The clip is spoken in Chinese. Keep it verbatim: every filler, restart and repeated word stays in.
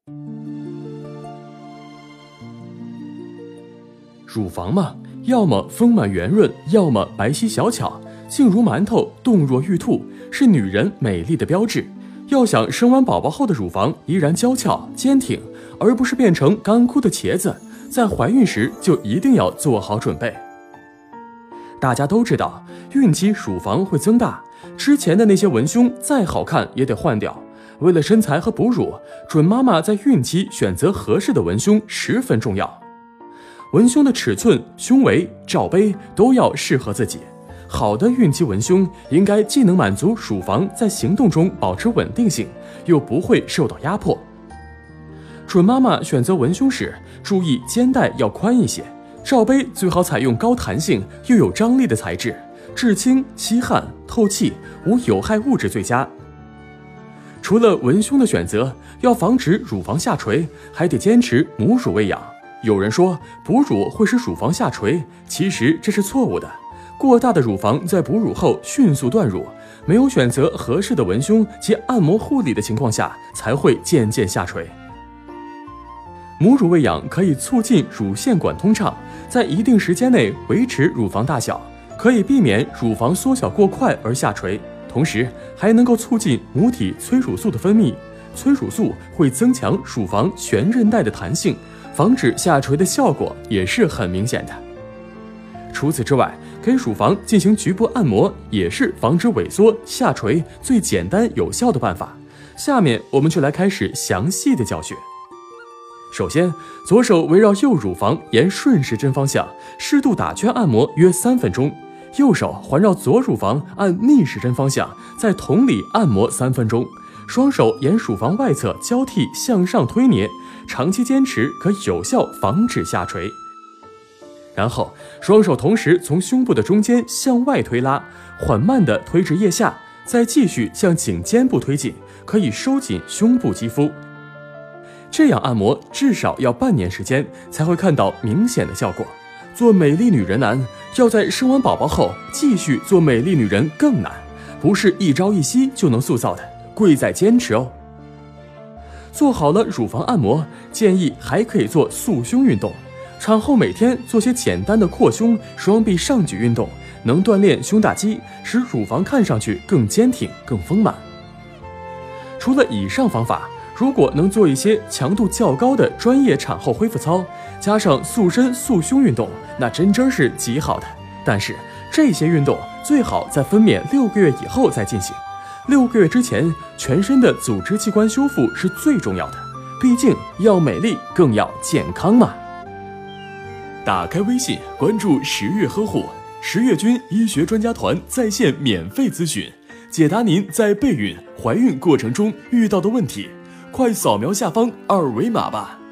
乳房嘛，要么丰满圆润，要么白皙小巧，静如馒头，动若玉兔，是女人美丽的标志。要想生完宝宝后的乳房依然娇俏坚挺，而不是变成干枯的茄子，在怀孕时就一定要做好准备。大家都知道，孕期乳房会增大，之前的那些文胸再好看也得换掉。为了身材和哺乳，准妈妈在孕期选择合适的文胸十分重要。文胸的尺寸、胸围、罩杯都要适合自己。好的孕期文胸应该既能满足乳房在行动中保持稳定性，又不会受到压迫。准妈妈选择文胸时，注意肩带要宽一些，罩杯最好采用高弹性又有张力的材质，至轻、吸汗、透气，无有害物质最佳。除了文胸的选择，要防止乳房下垂，还得坚持母乳喂养。有人说哺乳会使乳房下垂，其实这是错误的。过大的乳房在哺乳后迅速断乳，没有选择合适的文胸及按摩护理的情况下，才会渐渐下垂。母乳喂养可以促进乳腺管通畅，在一定时间内维持乳房大小，可以避免乳房缩小过快而下垂，同时还能够促进母体催乳素的分泌。催乳素会增强乳房悬韧带的弹性，防止下垂的效果也是很明显的。除此之外，给乳房进行局部按摩也是防止萎缩下垂最简单有效的办法。下面我们就来开始详细的教学。首先，左手围绕右乳房沿顺时针方向适度打圈按摩约三分钟，右手环绕左乳房按逆时针方向再同理按摩三分钟，双手沿乳房外侧交替向上推捏，长期坚持可有效防止下垂。然后双手同时从胸部的中间向外推拉，缓慢地推至腋下，再继续向颈肩部推进，可以收紧胸部肌肤。这样按摩至少要半年时间才会看到明显的效果。做美丽女人难，要在生完宝宝后继续做美丽女人更难，不是一朝一夕就能塑造的，贵在坚持哦。做好了乳房按摩，建议还可以做塑胸运动。产后每天做些简单的扩胸、双臂上举运动，能锻炼胸大肌，使乳房看上去更坚挺、更丰满。除了以上方法，如果能做一些强度较高的专业产后恢复操，加上塑身、塑胸运动，那真真是极好的。但是这些运动最好在分娩六个月以后再进行。六个月之前，全身的组织器官修复是最重要的，毕竟要美丽更要健康嘛。打开微信，关注十月呵护，十月军医学专家团在线免费咨询，解答您在备孕、怀孕过程中遇到的问题。快扫描下方二维码吧。